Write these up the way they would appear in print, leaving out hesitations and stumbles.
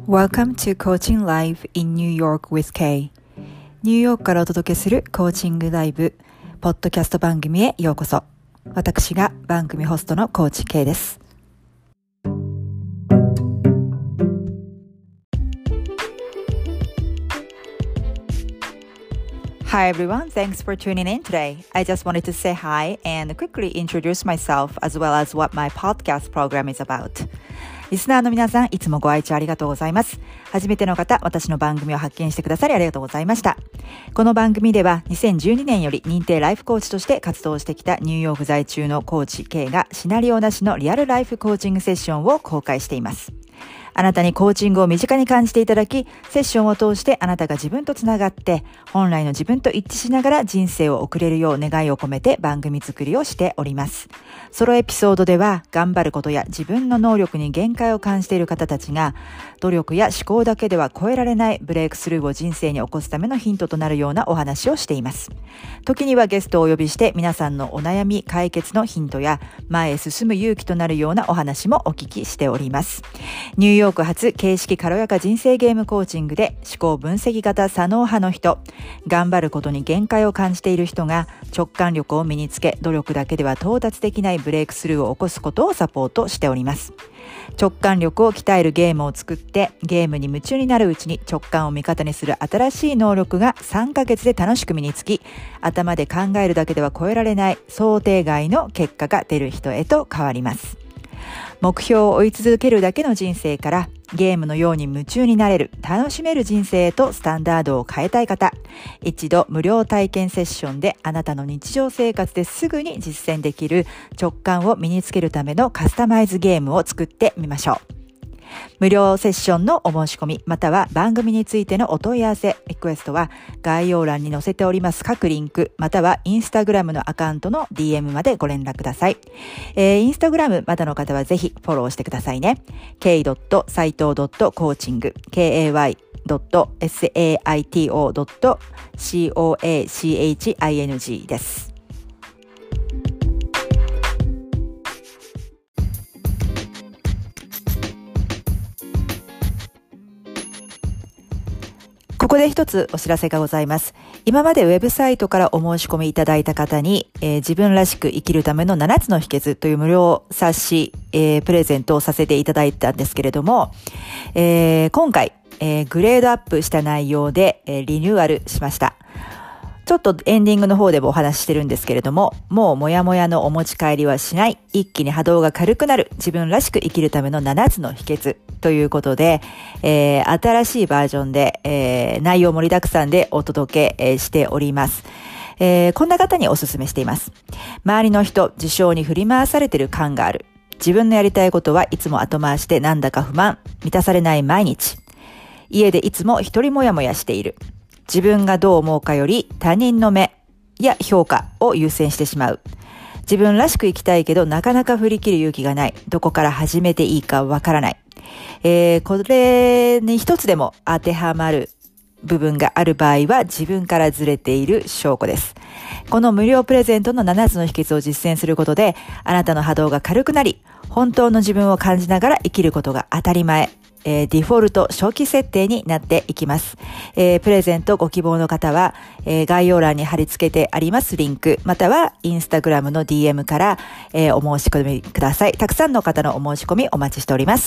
Welcome to Coaching Live in New York with Kay。 ニューヨークからお届けするコーチングライブポッドキャスト番組へようこそ。私が番組ホストのコーチ Kay です。Hi everyone, thanks for tuning in today. I just wanted to say hi and quickly introduce myself as well as what my podcast program is about. リスナーの皆さん、いつもご愛聴ありがとうございます。初めての方、私の番組を発見してくださりありがとうございました。この番組では2012年より認定ライフコーチとして活動してきたニューヨーク在中のコーチ K がシナリオなしのリアルライフコーチングセッションを公開しています。あなたにコーチングを身近に感じていただき、セッションを通してあなたが自分とつながって、本来の自分と一致しながら人生を送れるよう願いを込めて番組作りをしております。ソロエピソードでは、頑張ることや自分の能力に限界を感じている方たちが、努力や思考だけでは超えられないブレイクスルーを人生に起こすためのヒントとなるようなお話をしています。時にはゲストをお呼びして皆さんのお悩み解決のヒントや前へ進む勇気となるようなお話もお聞きしております。ニューヨーク発形式軽やか人生ゲームコーチングで思考分析型左脳派の人、頑張ることに限界を感じている人が直感力を身につけ、努力だけでは到達できないブレイクスルーを起こすことをサポートしております。直感力を鍛えるゲームを作って、ゲームに夢中になるうちに直感を味方にする新しい能力が3ヶ月で楽しく身につき、頭で考えるだけでは超えられない想定外の結果が出る人へと変わります。目標を追い続けるだけの人生からゲームのように夢中になれる、楽しめる人生へとスタンダードを変えたい方、一度無料体験セッションであなたの日常生活ですぐに実践できる直感を身につけるためのカスタマイズゲームを作ってみましょう。無料セッションのお申し込み、または番組についてのお問い合わせ、リクエストは概要欄に載せております各リンク、またはインスタグラムのアカウントの DM までご連絡ください。インスタグラムまだの方はぜひフォローしてくださいね。k.saito.coaching kay.saito.coaching です。ここで一つお知らせがございます。今までウェブサイトからお申し込みいただいた方に、自分らしく生きるための7つの秘訣という無料冊子、プレゼントをさせていただいたんですけれども、今回、グレードアップした内容で、リニューアルしました。ちょっとエンディングの方でもお話ししてるんですけれども、もうもやもやのお持ち帰りはしない、一気に波動が軽くなる、自分らしく生きるための7つの秘訣ということで、新しいバージョンで、内容盛りだくさんでお届け、しております。こんな方にお勧めしています。周りの人、事象に振り回されている感がある。自分のやりたいことはいつも後回しでなんだか不満、満たされない毎日。家でいつも一人もやもやしている。自分がどう思うかより他人の目や評価を優先してしまう。自分らしく生きたいけどなかなか振り切る勇気がない。どこから始めていいかわからない。これに一つでも当てはまる部分がある場合は自分からずれている証拠です。この無料プレゼントの7つの秘訣を実践することであなたの波動が軽くなり、本当の自分を感じながら生きることが当たり前。デフォルト初期設定になっていきます。プレゼントご希望の方は、概要欄に貼り付けてありますリンク、またはインスタグラムの DM から、お申し込みください。たくさんの方のお申し込みお待ちしております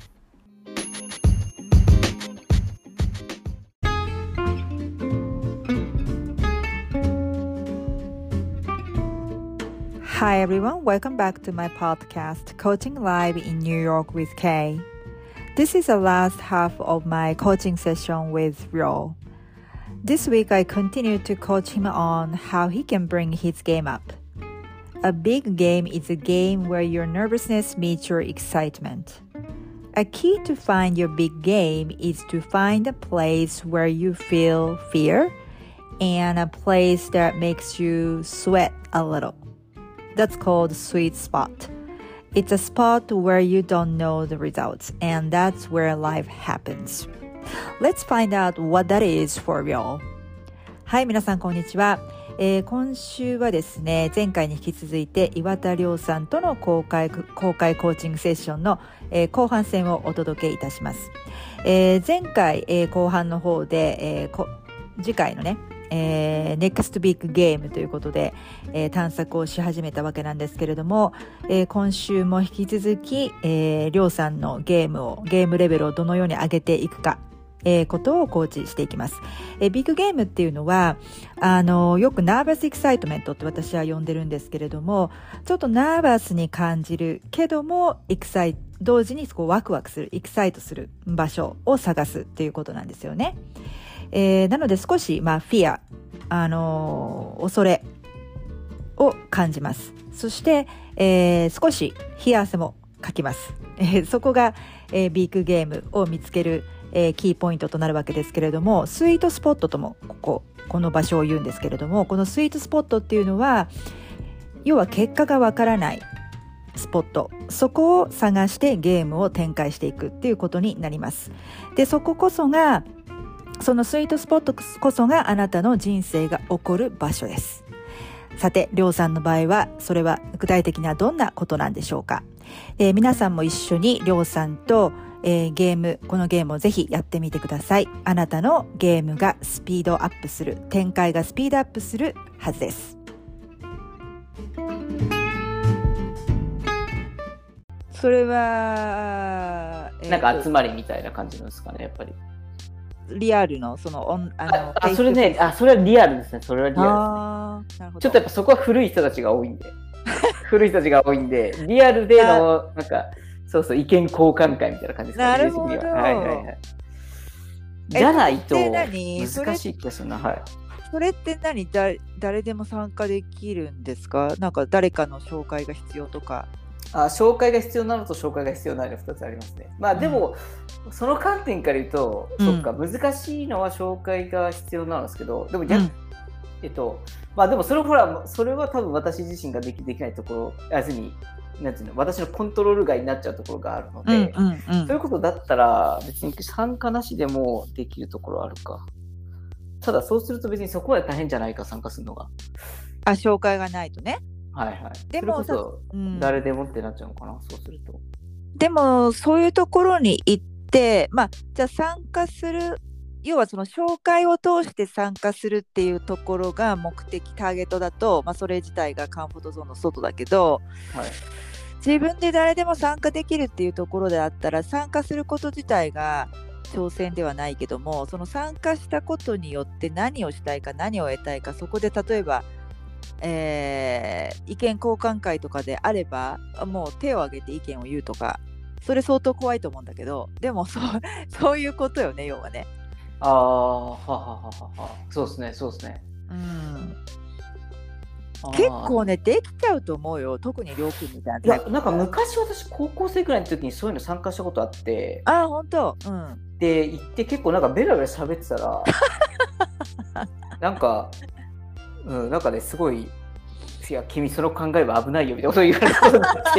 。Hi everyone, welcome back to my podcast, Coaching Live in New York with Kay.This is the last half of my coaching session with Ryo. This week I continued to coach him on how he can bring his game up. A big game is a game where your nervousness meets your excitement. A key to find your big game is to find a place where you feel fear and a place that makes you sweat a little. That's called sweet spot.It's a spot where you don't know the results, and that's where life happens. Let's find out what that is for real. はい、皆さんこんにちは。 今週はですね、前回に引き続いて岩田亮さんとの公開コーチングセッションの、後半戦をお届けいたします。前回、後半の方で、次回のね、Next Big Game ということで、探索をし始めたわけなんですけれども、今週も引き続き、りょうさんのゲームレベルをどのように上げていくか、ことをコーチしていきます。ビッグゲームっていうのは、よくナーバスエキサイトメントって私は呼んでるんですけれども、ちょっとナーバスに感じるけども、同時にワクワクする、エキサイトする場所を探すっていうことなんですよね。なので少し、フィア、恐れを感じます。そして、少し冷や汗もかきます。そこが、ビッグゲームを見つける、キーポイントとなるわけですけれども、スイートスポットともこの場所を言うんですけれども、このスイートスポットっていうのは、要は結果がわからないスポット、そこを探してゲームを展開していくっていうことになります。で、そのスイートスポットこそがあなたの人生が起こる場所です。さて、りょうさんの場合は、それは具体的にはどんなことなんでしょうか。皆さんも一緒にりょうさんと、このゲームをぜひやってみてください。あなたのゲームがスピードアップする、展開がスピードアップするはずです。それは、 なんか集まりみたいな感じなんですかね、やっぱり。 リアルのそれね、それはリアルですね。それはリアルですね。ちょっとやっぱそこは古い人たちが多いんで、リアルでのなんか意見交換会みたいな感じですかね。 なるほど。 じゃないと難しい気がするな。はい。 それって誰でも参加できるんですか？なんか誰かの紹介が必要とか。 紹介が必要なのと紹介が必要ないの2つありますね。でも、その観点から言うと、そっか、難しいのは紹介が必要なんですけど、でもでもそれは多分私自身ができないところ、なんていうの、私のコントロール外になっちゃうところがあるので、そういうことだったら別に参加なしでもできるところあるか。ただそうすると別にそこまで大変じゃないか、参加するのが。 紹介がないとね。 はいはい。でも誰でもってなっちゃうのかな、そうすると。 でもそういうところに行って、じゃあ参加する、要はその紹介を通して参加するっていうところが目的ターゲットだと、それ自体がカンフォートゾーンの外だけど、自分で誰でも参加できるっていうところであったら、参加すること自体が挑戦ではないけども、その参加したことによって何をしたいか何を得たいか、そこで例えば意見交換会とかであれば、もう手を挙げて意見を言うとか、それ相当怖いと思うんだけど、でもそういうことよね、要はね。 そうですね。 結構ね、できちゃうと思うよ、特にりょうくんみたいな。 なんか昔私高校生くらいの時にそういうの参加したことあって。 本当。 で行って結構なんかベラベラ喋ってたらなんかね、すごい、いや、君その考えは危ないよみたいなことを言われたことがあって、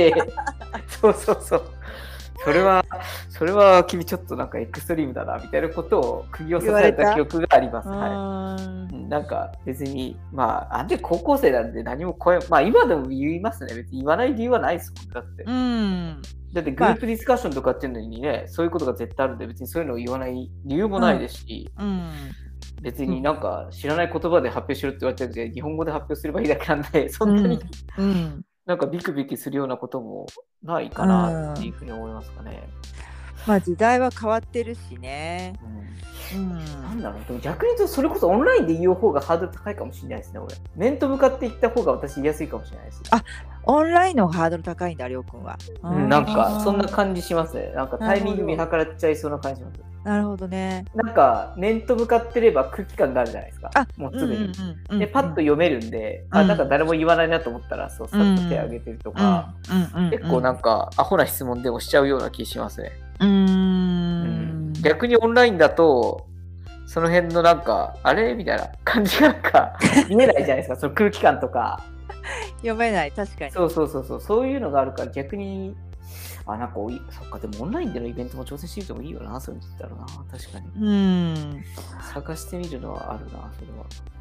それは君ちょっとなんかエクストリームだなみたいなことを釘を刺された記憶があります。なんか別に、高校生なんで何も今でも言いますね。別に言わない理由はないですもん、だって。だってグループディスカッションとかっていうのにね、そういうことが絶対あるんで、別にそういうのを言わない理由もないですし、別になんか知らない言葉で発表しろって言われてるんで、日本語で発表すればいいだけなんで、そんなに、なんかビクビクするようなこともないかなっていうふうに思いますかね。 時代は変わってるしね。 なんだろう、でも逆に言うとそれこそオンラインで言う方がハードル高いかもしれないですね、俺。面と向かって言った方が私言いやすいかもしれないです。 オンラインのハードル高いんだ、りょうくんは。 なんかそんな感じしますね。なんかタイミング見計らっちゃいそうな感じします。 なるほどね。 なんか面と向かってれば空気感があるじゃないですか。もうすでに。でパッと読めるんで、なんか誰も言わないなと思ったら、さっと手挙げてるとか、結構なんかアホな質問でもしちゃうような気しますね。逆にオンラインだとその辺のなんかあれみたいな感じがなんか見えないじゃないですか。その空気感とか読めない。確かに。 そういうのがあるから逆になんかそっか、でもオンラインでのイベントも挑戦してみてもいいよな、そういうの言ったらな。確かに探してみるのはあるな、それは。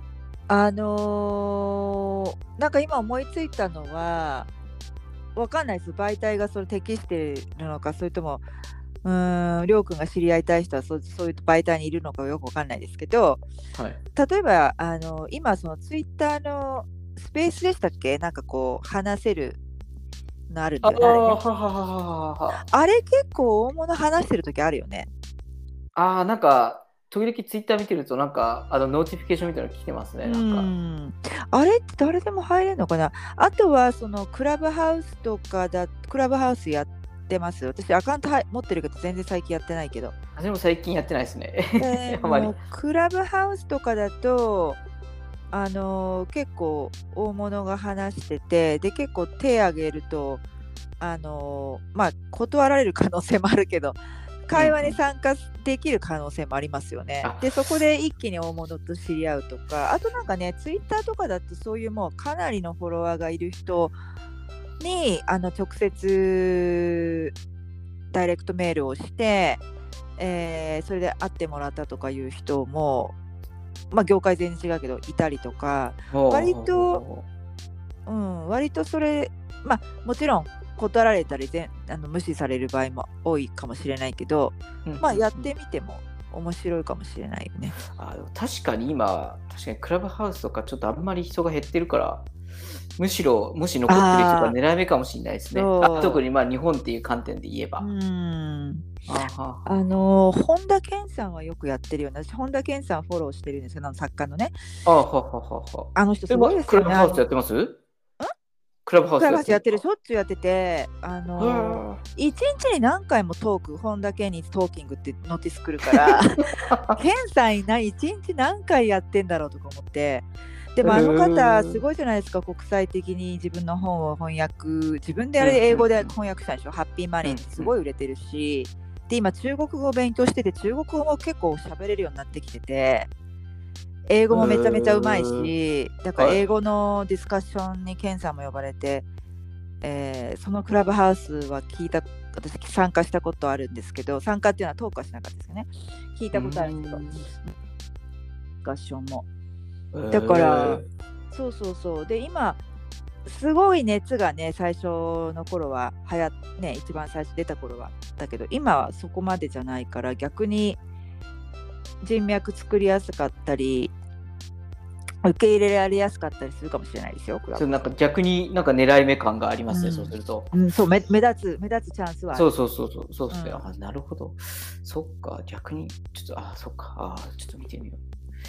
なんか今思いついたのは、わかんないです。媒体がそれ適しているのか、それとも、りょうくんが知り合いたい人はそういう媒体にいるのかよくわかんないですけど、 はい。 例えば、今、そのツイッターのスペースでしたっけ？なんかこう、話せるのあるんだよね、あれね。あれ結構大物話してるときあるよね。 なんか、時々ツイッター見てると、なんか、ノーティフィケーションみたいなの来てますね。なんか。あれって誰でも入れるのかな。あとは、そのクラブハウスとかクラブハウスやってます。私、アカウント持ってるけど、全然最近やってないけど。 でも最近やってないですね。あまり。 クラブハウスとかだと、結構大物が話してて、で、結構手挙げると、断られる可能性もあるけど、会話に参加できる可能性もありますよね。で、そこで一気に大物と知り合うとか、あとなんかね、ツイッターとかだとそういうもうかなりのフォロワーがいる人に直接ダイレクトメールをして、それで会ってもらったとかいう人も、業界全然違うけどいたりとか、割とそれ、もちろん断られたり無視される場合も多いかもしれないけど、やってみても面白いかもしれないよね。 確かに今、クラブハウスとかちょっとあんまり人が減ってるから、もし残ってる人が狙い目かもしれないですね。特に日本っていう観点で言えば。本田健さんはよくやってるよね。私、本田健さんフォローしてるんですよ、作家のね。あの人すごいですよね。 クラブハウスやってます？クラブハウスやってる、しょっちゅうやってて、一日に何回もトーク、本田健にトーキングってノーティス来るから、健さんいない一日何回やってんだろうとか思って。でも方すごいじゃないですか。国際的に自分の本を翻訳、自分で英語で翻訳したんでしょ。ハッピーマネーってすごい売れてるし、で今中国語を勉強してて、中国語も結構喋れるようになってきてて、英語もめちゃめちゃうまいし、だから英語のディスカッションにケンさんも呼ばれて、そのクラブハウスは私参加したことあるんですけど、参加っていうのはトークはしなかったですよね。聞いたことあるんですけど、ディスカッションも。だからそうで、今すごい熱がね、最初の頃は一番最初出た頃はだけど、今はそこまでじゃないから、逆に人脈作りやすかったり受け入れられやすかったりするかもしれないですよ。 なんか逆になんか狙い目感がありますね、そうすると。 そう、目立つチャンスはある。 そうですね。なるほど。そっか、逆にちょっとそっか、ちょっと見てみよう。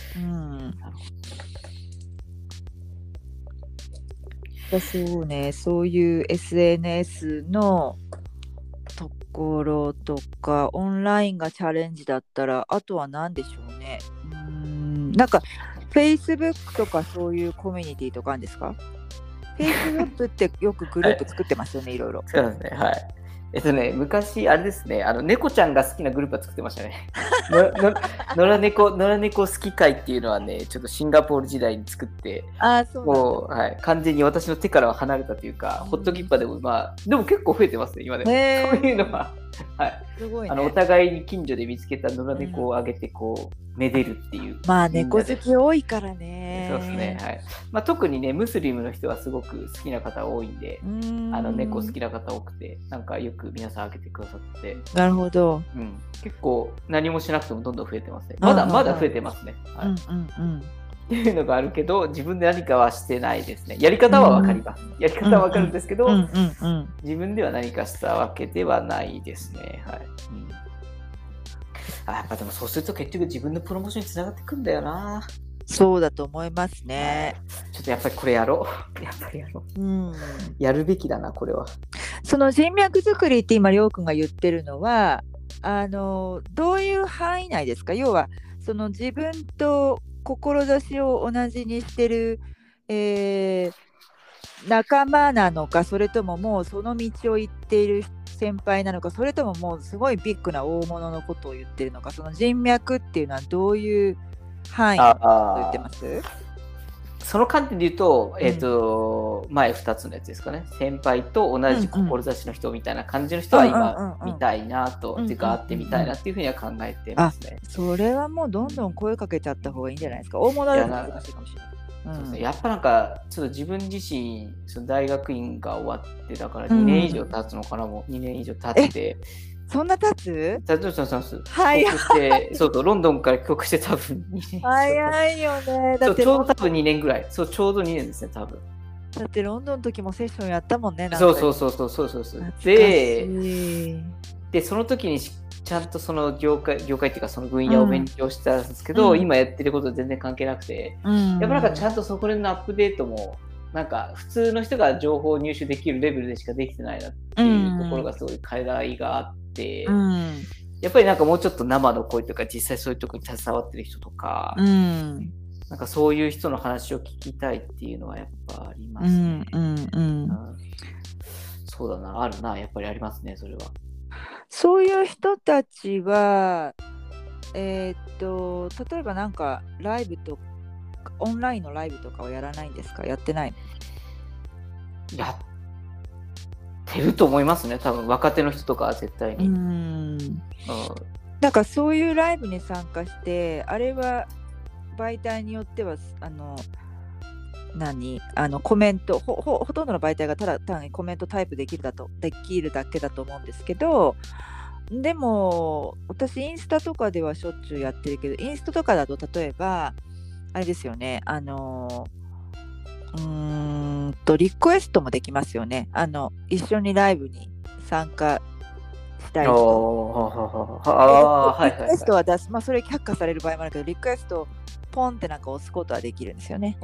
そうね、そういう SNS のところとか、オンラインがチャレンジだったら、あとは何でしょうね。なんか Facebook とかそういうコミュニティとかあるんですか？ Facebook ってよくグループ作ってますよね、いろいろ。 そうですね、はい。昔、あれですね、猫ちゃんが好きなグループは作ってましたね。野良猫好き会っていうのはね、ちょっとシンガポール時代に作って、もう、完全に私の手からは離れたというか、ホットキッパーでもでも結構増えてますね、今でも。そういうのは、すごいね。お互いに近所で見つけた野良猫をあげて、めでるっていう。 猫好き多いからね。 そうですね、はい。特にね、ムスリムの人はすごく好きな方多いんで、猫好きな方多くて、なんかよく皆さんあげてくださって。 なるほど。 結構何もしなくてもどんどん増えてますね。まだ増えてますね。っていうのがあるけど、自分で何かはしてないですね。やり方はわかります。やり方はわかるんですけど、自分では何かしたわけではないですね。やっぱでもそうすると結局自分のプロモーションにつながってくんだよな。 そうだと思いますね。 ちょっとやっぱりこれやろう。やっぱりやろう。やるべきだな、これは。 その人脈作りって今、りょうくんが言ってるのは、どういう範囲内ですか？要は、その自分と志を同じにしてる、仲間なのか、それとももうその道を行っている先輩なのか、それとももうすごいビッグな大物のことを言ってるのか、その人脈っていうのはどういう範囲と言ってます？ その観点で言うと、前2つのやつですかね。先輩と同じ志の人みたいな感じの人は今見たいなと、っていうか会ってみたいなっていうふうには考えてますね。 それはもうどんどん声かけちゃった方がいいんじゃないですか。大物だと難しいかもしれない。 そうですね、やっぱなんかちょっと自分自身その大学院が終わってだから2年以上経つのかな、もう2年以上経って。 そんな経つ？ そう早い。帰国してそうロンドンから帰国して多分2年。 早いよね。 だってちょうど多分2年ぐらい。そうちょうど2年ですね多分。 だってロンドンの時もセッションやったもんね。 そう。でその時にちゃんとその業界っていうかその分野を勉強したんですけど、今やってること全然関係なくて、やっぱなんかちゃんとそこでのアップデートもなんか普通の人が情報を入手できるレベルでしかできてないなっていうところがすごい課題があって、やっぱりなんかもうちょっと生の声とか実際そういうところに携わってる人とか、なんかそういう人の話を聞きたいっていうのはやっぱありますね。そうだな、あるな、やっぱりありますね、それは。 そういう人たちは、例えばなんかライブとかオンラインのライブとかはやらないんですか？やってない？ やってると思いますね、多分若手の人とかは絶対に。 なんかそういうライブに参加して、あれは媒体によってはコメント ほとんどの媒体がただ単にコメントタイプできるだけだと思うんですけど、でも私インスタとかではしょっちゅうやってるけど、インスタとかだと例えばあれですよね、リクエストもできますよね。一緒にライブに参加したい人、リクエストは出す、それ却下される場合もあるけど、リクエストをポンってなんか押すことはできるんですよね。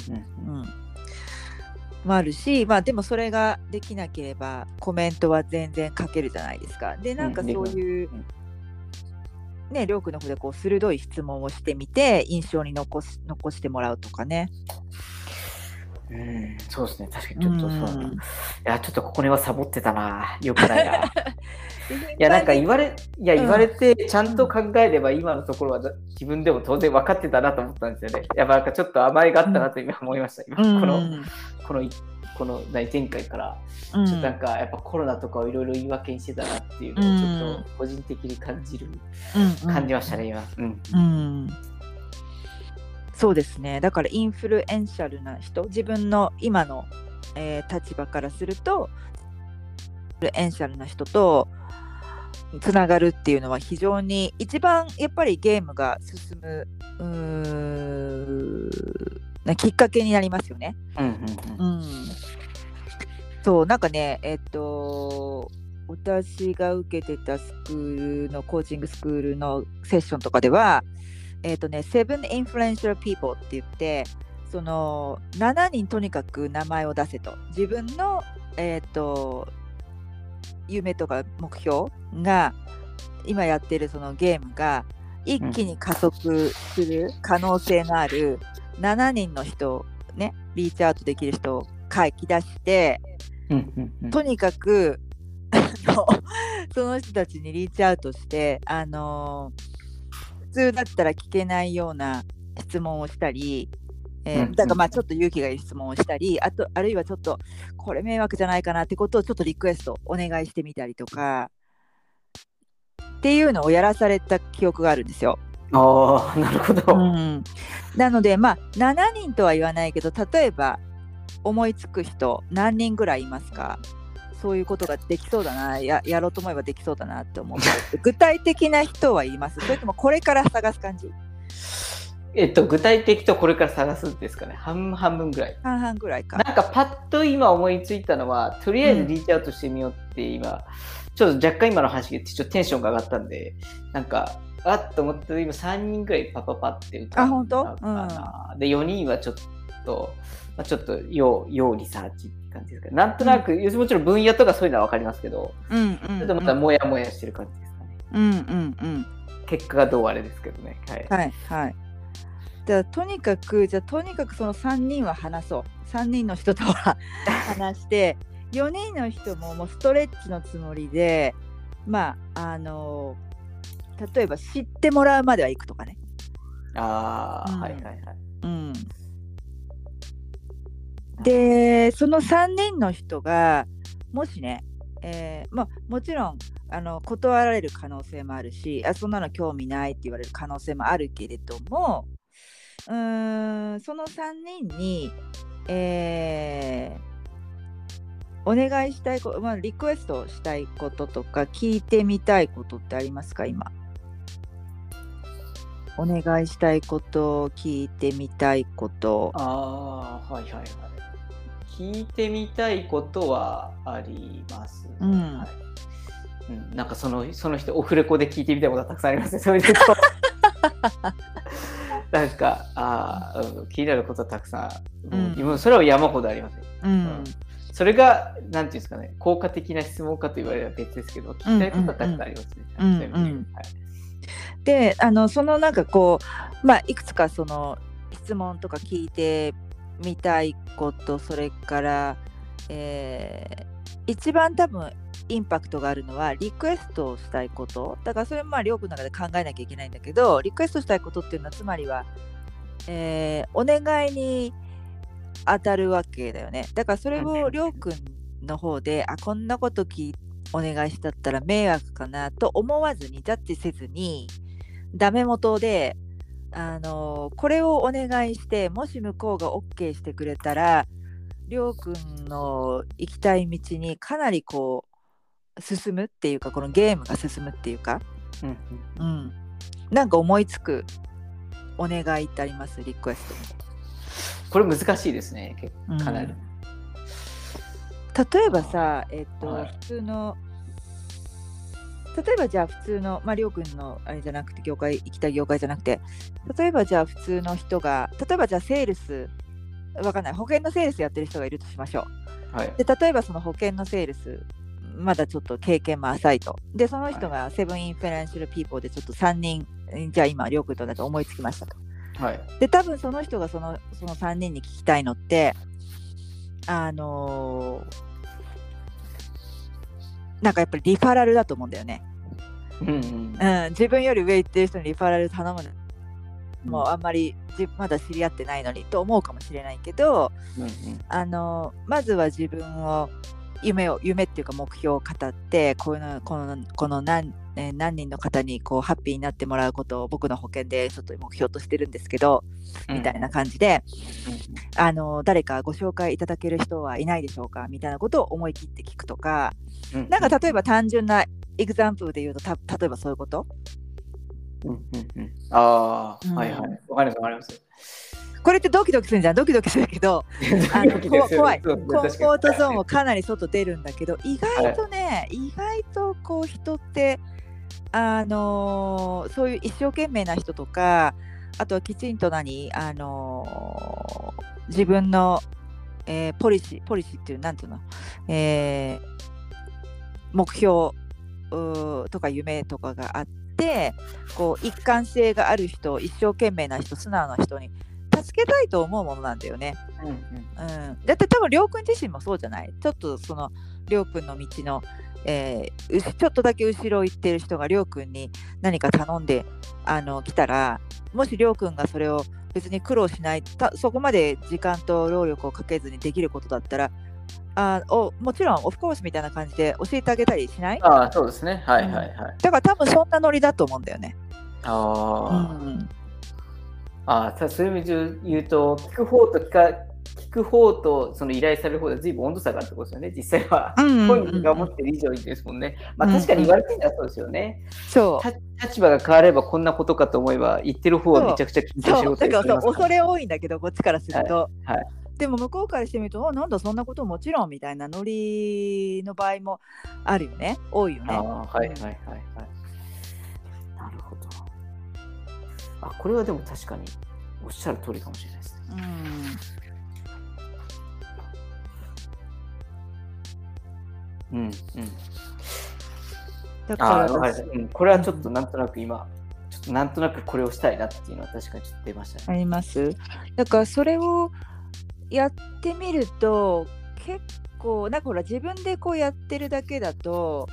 もあるし、でもそれができなければコメントは全然書けるじゃないですか。でなんかそういうね、りょうくんの方でこう鋭い質問をしてみて印象に残してもらうとかね。 そうですね、確かにちょっとそうだな。いや、ちょっとここにはサボってたな。よくないな。いや、なんか言われてちゃんと考えれば今のところは自分でも当然分かってたなと思ったんですよね。やっぱなんかちょっと甘えがあったなと今思いました。今この前回からちょっとなんかやっぱコロナとかをいろいろ言い訳にしてたなっていうのをちょっと個人的に感じましたね、今。 そうですね。だからインフルエンシャルな人、自分の今の、立場からするとインフルエンシャルな人とつながるっていうのは非常に一番やっぱりゲームが進むきっかけになりますよね。そうなんかね、私が受けてたスクールのコーチングスクールのセッションとかではSeven Influential People って言って、その7人とにかく名前を出せと、自分の、夢とか目標が今やってるそのゲームが一気に加速する可能性のある7人の人ね、リーチアウトできる人を書き出して、とにかくその人たちにリーチアウトして普通だったら聞けないような質問をしたり、だからちょっと勇気がいい質問をしたり、あるいはちょっとこれ迷惑じゃないかなってことをちょっとリクエストお願いしてみたりとかっていうのをやらされた記憶があるんですよ。 なるほど。 なので7人とは言わないけど、例えば思いつく人何人ぐらいいますか？そういうことができそうだな、やろうと思えばできそうだなって思う具体的な人はいます？それともこれから探す感じ？ 具体的とこれから探すんですかね。半分ぐらい。 半々ぐらいか。 なんかパッと今思いついたのは、とりあえずリーチアウトしてみようって今、ちょっと若干今の話でちょっとテンションが上がったんで、なんかあっと思って今3人ぐらいパって歌う。 本当？ で4人はちょっと要リサーチって感じですかね。なんとなく、もちろん分野とかそういうのは分かりますけど、ちょっとまたモヤモヤしてる感じですかね。結果がどうあれですけどね。 はい。じゃあとにかくその3人は話そう。3人の人とは話して4人の人もストレッチのつもりで例えば知ってもらうまでは行くとかね。でその3人の人がもしね、もちろん断られる可能性もあるし、そんなの興味ないって言われる可能性もあるけれども、 その3人に、お願いしたいこと、リクエストしたいこととか聞いてみたいことってありますか？今お願いしたいこと、聞いてみたいこと。 はいはいはい。聞いてみたいことはありますね。はい、なんかその人オフレコで聞いてみたいことはたくさんありますね。それでとなんか気になることはたくさん、それは山ほどありますね。それがなんていうんですかね、効果的な質問かと言われれば別ですけど、聞きたいことはたくさんありますね。 で、そのなんかこう、いくつかその質問とか聞いてみたいこと、それから、一番多分インパクトがあるのはリクエストをしたいこと。だからそれもりょうくんの中で考えなきゃいけないんだけど、リクエストしたいことっていうのはつまりは、お願いに当たるわけだよね。だからそれをりょうくんの方で、こんなことお願いしたったら迷惑かなと思わずに、ジャッジせずに、ダメ元でこれをお願いして、もし向こうが OK してくれたらりょうくんの行きたい道にかなりこう進むっていうか、このゲームが進むっていうか、なんか思いつくお願いってあります？リクエスト。 これ難しいですね、かなり。 例えばさ、普通の例えばじゃあ普通の、りょうくんのあれじゃなくて、行きたい業界じゃなくて、例えばじゃあ普通の人が、例えばじゃあセールス、わかんない、保険のセールスやってる人がいるとしましょう。で例えばその保険のセールス、まだちょっと経験も浅いと。で、その人がセブンインフィナンシャルピーポーでちょっと3人、じゃあ今、りょうくんとだと思いつきましたと。で、多分その人がその3人に聞きたいのって、なんかやっぱりリファラルだと思うんだよね。自分より上行ってる人にリファラル頼むの、もうあんまりまだ知り合ってないのにと思うかもしれないけど、まずは自分を夢っていうか目標を語って、この何人の方にこうハッピーになってもらうことを僕の保険でちょっと目標としてるんですけど、みたいな感じで、誰かご紹介いただける人はいないでしょうかみたいなことを思い切って聞くとか、なんか例えば単純なエグザンプルで言うと、例えばそういうこと。 はいはい、わかります。 これってドキドキするんじゃん。ドキドキするけど怖い。コンフォートゾーンをかなり外出るんだけど、意外とこう人ってそういう一生懸命な人とか、あとはきちんと自分の、ポリシーっていうなんていうの、目標とか夢とかがあって、こう一貫性がある人、一生懸命な人、素直な人に助けたいと思うものなんだよね。だって多分りょうくん自身もそうじゃない？ちょっとそのりょうくんの道の、ちょっとだけ後ろ行ってる人がりょうくんに何か頼んで来たら、もしりょうくんがそれを別に苦労しない、そこまで時間と労力をかけずにできることだったら、もちろんオフコースみたいな感じで教えてあげたりしない？ そうですね。はいはいはい。 だから多分そんなノリだと思うんだよね。 そういう意味で言うと、聞く方とその依頼される方で随分温度差があるってことですよね、実際は。本人が思ってる以上にですもんね。確かに言われてみたらそうですよね。立場が変わればこんなことかと思えば、言ってる方はめちゃくちゃ緊張してることだから恐れ多いんだけど、こっちからすると。でも向こうからしてみると、なんだそんなこともちろんみたいなノリの場合もあるよね。多いよね。 なるほど。これはでも確かにおっしゃる通りかもしれないですね。だからこれはちょっとなんとなく今、なんとなくこれをしたいなっていうのは確かにちょっと出ましたね。 あります。だからそれをやってみると結構なんかほら、自分でこうやってるだけだと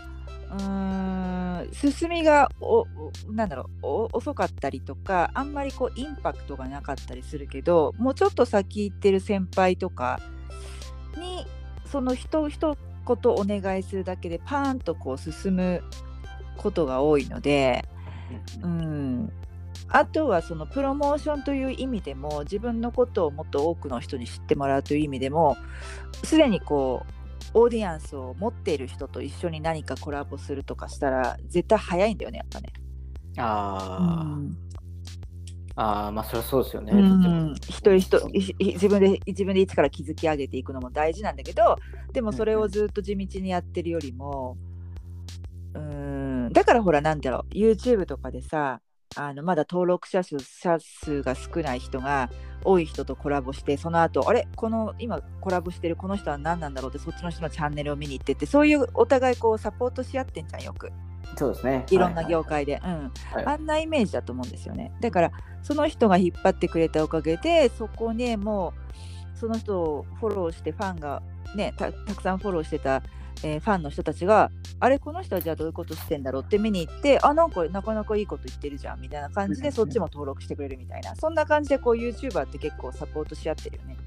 進みが遅かったりとか、あんまりこうインパクトがなかったりするけど、もうちょっと先行ってる先輩とかにその一言お願いするだけでパーンとこう進むことが多いので、 あとはそのプロモーションという意味でも、自分のことをもっと多くの人に知ってもらうという意味でも、すでにこうオーディエンスを持っている人と一緒に何かコラボするとかしたら絶対早いんだよね、やっぱね。 まあそれはそうですよね。 自分で一から築き上げていくのも大事なんだけど、でもそれをずっと地道にやってるよりも、だからほら、なんだろう、 YouTube とかでさ、まだ登録者数が少ない人が多い人とコラボして、その後あれ、この今コラボしてるこの人は何なんだろうって、そっちの人のチャンネルを見に行ってって、そういうお互いこうサポートし合ってんじゃん、よく。 そうですね。 いろんな業界で、あんなイメージだと思うんですよね。だからその人が引っ張ってくれたおかげで、そこにもうその人をフォローしてファンがね、たくさんフォローしてた、ファンの人たちが、あれ、この人はじゃあどういうことしてんだろうって見に行って、なんかなかなかいいこと言ってるじゃんみたいな感じで、そっちも登録してくれるみたいな、そんな感じでこう YouTuber って結構サポートし合ってるよね。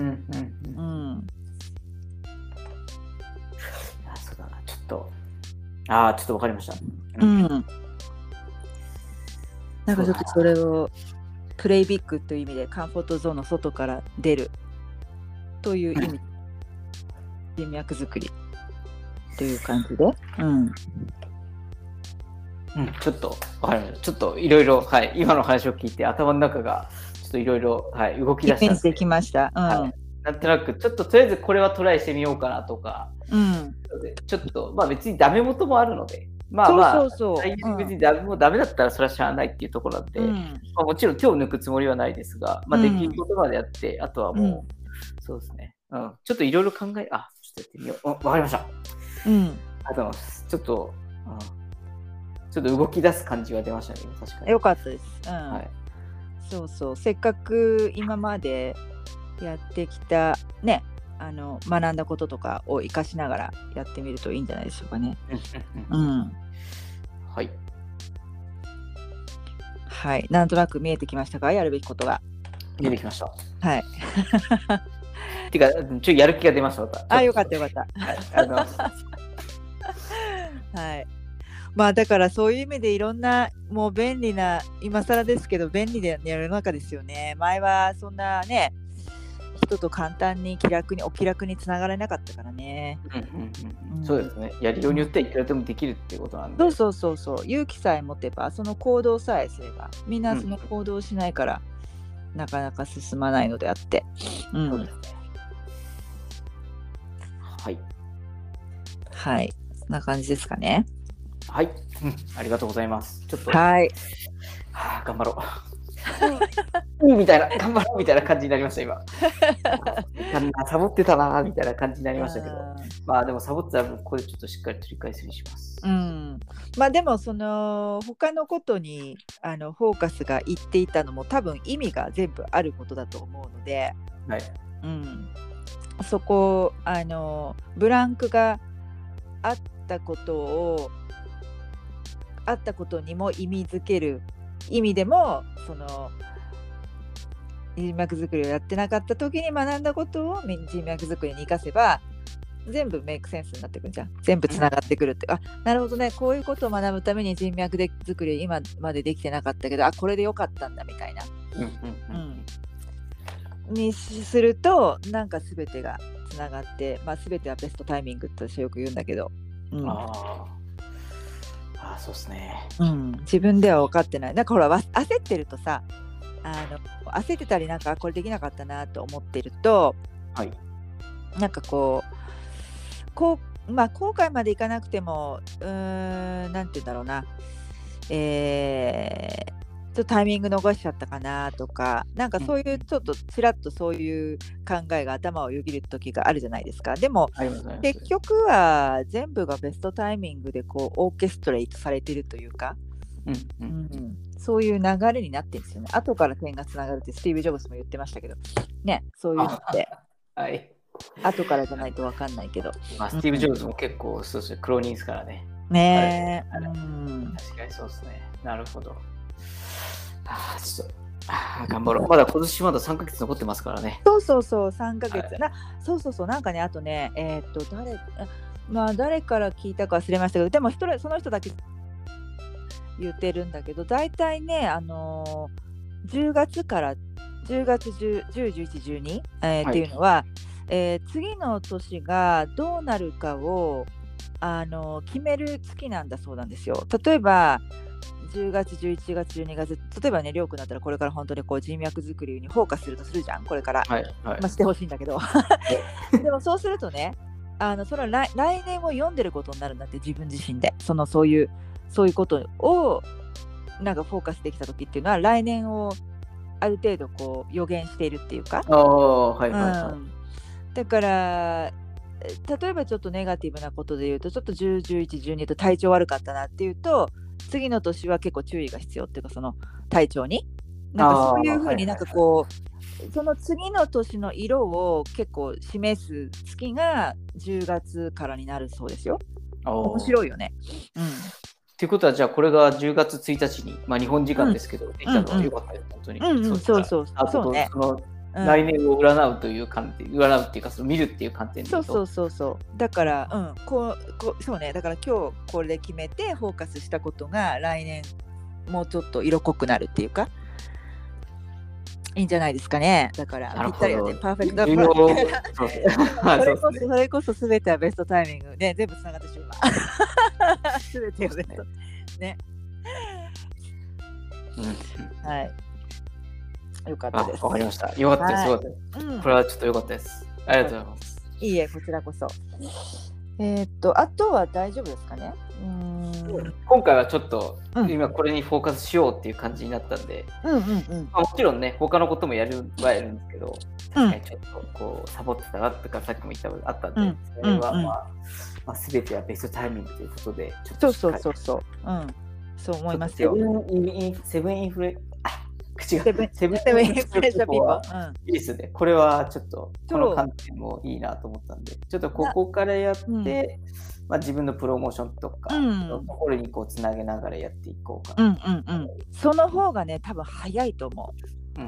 そうだな、ちょっと分かりました。 なんかちょっとそれをプレイビッグという意味で、カンフォートゾーンの外から出るという意味、人脈作りという感じで、 ちょっと分かりました。ちょっといろいろ、今の話を聞いて頭の中がちょっといろいろ動き出した。 イメージできました。 なんとなくちょっととりあえずこれはトライしてみようかなとか、ちょっと別にダメ元もあるので、別にもうダメだったらそれはしゃあないっていうところなんで、もちろん手を抜くつもりはないですが、できることまでやって、あとはもう、そうですね、ちょっといろいろ考え、ちょっとやってみよう。わかりました。ありがとうございます。ちょっと動き出す感じが出ましたね、確かに。 よかったです。そうそう、せっかく今までやってきたね、学んだこととかを生かしながらやってみるといいんじゃないでしょうかね。はい、なんとなく見えてきましたか、やるべきことが。 見えてきました。 はい。 てか、やる気が出ました。 よかったよかった。はい。だからそういう意味でいろんなもう便利な、今更ですけど便利な世の中ですよね。前はそんなね、人と簡単にお気楽につながれなかったからね。 そうですね。やりようによっていくらでもできるっていうことなんで。 そう勇気さえ持てば、その行動さえすれば、みんなその行動をしないから、なかなか進まないのであって。 そうですね。 はい、そんな感じですかね。 はい、ありがとうございます。ちょっと、 頑張ろう。みたいな、頑張ろうみたいな感じになりました、今。サボってたなみたいな感じになりましたけど、でもサボってたら、ここでちょっとしっかり取り返すにします。 でも、その他のことにフォーカスがいっていたのも、多分意味が全部あることだと思うので、そこブランクがあったことにも意味づける意味でも、その人脈作りをやってなかった時に学んだことを人脈作りに生かせば、全部メイクセンスになってくるじゃん。全部つながってくるって、なるほどね、こういうことを学ぶために人脈作り今までできてなかったけど、これでよかったんだみたいな、にすると、なんか全てがつながって、全てはベストタイミングって私はよく言うんだけど、 そうですね。 自分では分かってない。なんかほら、焦ってるとさ、焦ってたり、なんかこれできなかったなと思ってると、なんか後悔までいかなくても、なんて言うんだろうな、ちょっとタイミング逃しちゃったかなとか、なんかそういうちょっとちらっとそういう考えが頭をよぎる時があるじゃないですか。でも結局は全部がベストタイミングでこうオーケストレートされてるというか、そういう流れになってるんですよね。後から点がつながるってスティーブ・ジョブズも言ってましたけどね、そういうのって後からじゃないと分かんないけど、 スティーブ・ジョブズも結構そうですね、苦労人ですからね。確かにそうですね。なるほど。ちょっと頑張ろう。まだ今年まだ3ヶ月残ってますからね。 そう3ヶ月、なんかね、あとね、誰から聞いたか忘れましたけど、でもその人だけ言ってるんだけど、だいたいね、10月から10月10、11、12、っていうのは、次の年がどうなるかを決める月なんだそうなんですよ。例えば10月、11月、12月、例えばね、りょうくんだったらこれから本当にこう人脈作りにフォーカスするとするじゃん、これから。してほしいんだけど。でもそうするとね、それは来年を読んでることになるんだって、自分自身で。そういうことをなんかフォーカスできた時っていうのは、来年をある程度こう予言しているっていうか。だから例えばちょっとネガティブなことで言うと、ちょっと10、11、12と体調悪かったなっていうと、次の年は結構注意が必要っていうか、その体調になんかそういうふうになんかこう、その次の年の色を結構示す月が10月からになるそうですよ。面白いよね。 っていうことは、じゃあこれが10月1日に、日本時間ですけど、できたのは良かったです、本当に。そうね。来年を占うという観点、占うっていうか、見るっていう観点で。だから、そうね、だから今日これで決めてフォーカスしたことが来年もうちょっと色濃くなるっていうか、いいんじゃないですかね。だからぴったりよね、パーフェクト。それこそ全てはベストタイミングね、全部つながってしまう。全てはベストね。はい。よかったです。わかりました。よかったです。よかったです。これはちょっとよかったです。ありがとうございます。いいえ、こちらこそ。あとは大丈夫ですかね。今回はちょっと、今これにフォーカスしようっていう感じになったんで、もちろんね、他のこともやるんですけど、ちょっとこうサボってたなとかさっきも言ったことあったんで、それは全てはベストタイミングということで、そう思いますよ。セブンインフレセブンインフレーションピーポー。いいですね。これはちょっとこの観点もいいなと思ったんで、ちょっとここからやって、自分のプロモーションとかのところにこうつなげながらやっていこうかな。その方がね、多分早いと思う。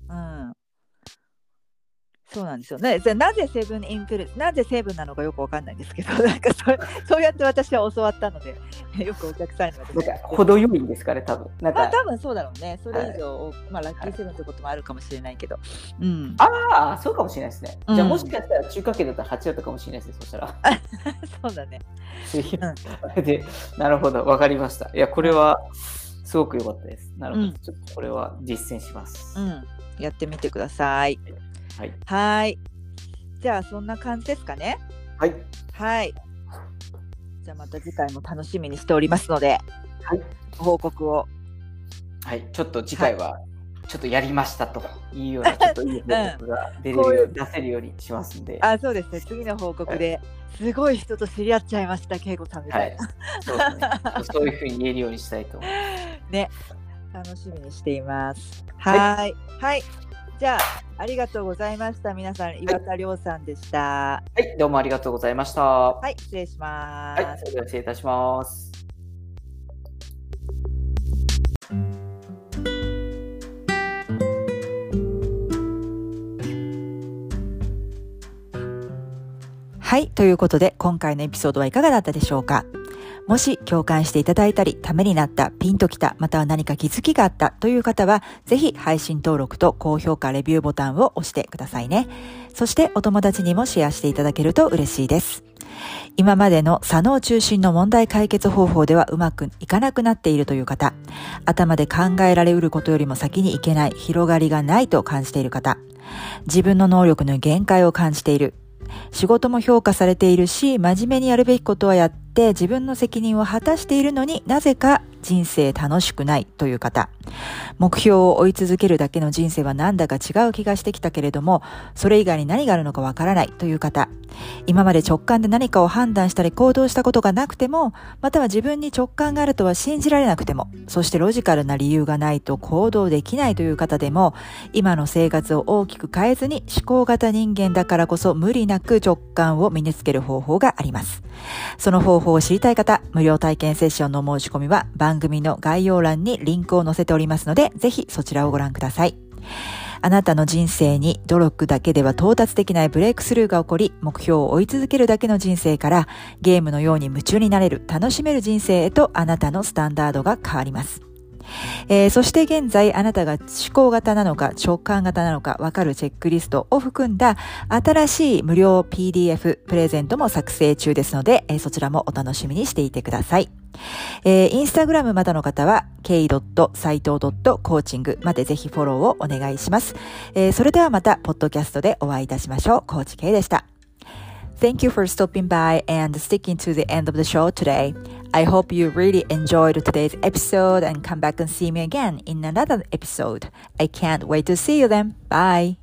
そうなんですよね。なぜセブンなのかよくわかんないんですけど、なんかそうやって私は教わったので、よくお客さんには程よいんですかね、多分。多分そうだろうね。それ以上、ラッキーセブンということもあるかもしれないけど。そうかもしれないですね。じゃあもしかしたら中華圏だったら8だったかもしれないですね、そしたら。そうだね。で、なるほど、わかりました。いや、これはすごく良かったです。なるほど。ちょっとこれは実践します。やってみてください。はい。じゃあそんな感じですかね。はい。じゃあまた次回も楽しみにしておりますので、報告を。ちょっと次回はちょっとやりましたというようなちょっといい報告が出せるようにしますんで。そうですね。次の報告ですごい人と知り合っちゃいました、恵子さんみたいな。そういうふうに言えるようにしたいと思いますね。楽しみにしています。はい。じゃあ、ありがとうございました。皆さん、岩田亮さんでした。どうもありがとうございました。失礼します。それでは失礼いたします。ということで、今回のエピソードはいかがだったでしょうか。もし共感していただいたり、ためになった、ピンときた、または何か気づきがあったという方は、ぜひ配信登録と高評価、レビューボタンを押してくださいね。そしてお友達にもシェアしていただけると嬉しいです。今までの左脳中心の問題解決方法ではうまくいかなくなっているという方、頭で考えられうることよりも先にいけない、広がりがないと感じている方、自分の能力の限界を感じている、仕事も評価されているし、真面目にやるべきことはやって自分の責任を果たしているのになぜか人生楽しくないという方、目標を追い続けるだけの人生はなんだか違う気がしてきたけれども、それ以外に何があるのかわからないという方、今まで直感で何かを判断したり行動したことがなくても、または自分に直感があるとは信じられなくても、そしてロジカルな理由がないと行動できないという方でも、今の生活を大きく変えずに思考型人間だからこそ無理なく直感を身につける方法があります。その方法を知りたい方、無料体験セッションの申し込みは番組の概要欄にリンクを載せておりますので、ぜひそちらをご覧ください。 あなたの人生に努力だけでは到達できないブレイクスルーが起こり、目標を追い続けるだけの人生から、ゲームのように夢中になれる、楽しめる人生へとあなたのスタンダードが変わります。そして現在あなたが思考型なのか直感型なのかわかるチェックリストを含んだ新しい無料 PDF プレゼントも作成中ですので、そちらもお楽しみにしていてください。インスタグラムまだの方は k.saito.coaching までぜひフォローをお願いします。それではまたポッドキャストでお会いいたしましょう。コーチ K でした。Thank you for stopping by and sticking to the end of the show today. I hope you really enjoyed today's episode and come back and see me again in another episode. I can't wait to see you then. Bye.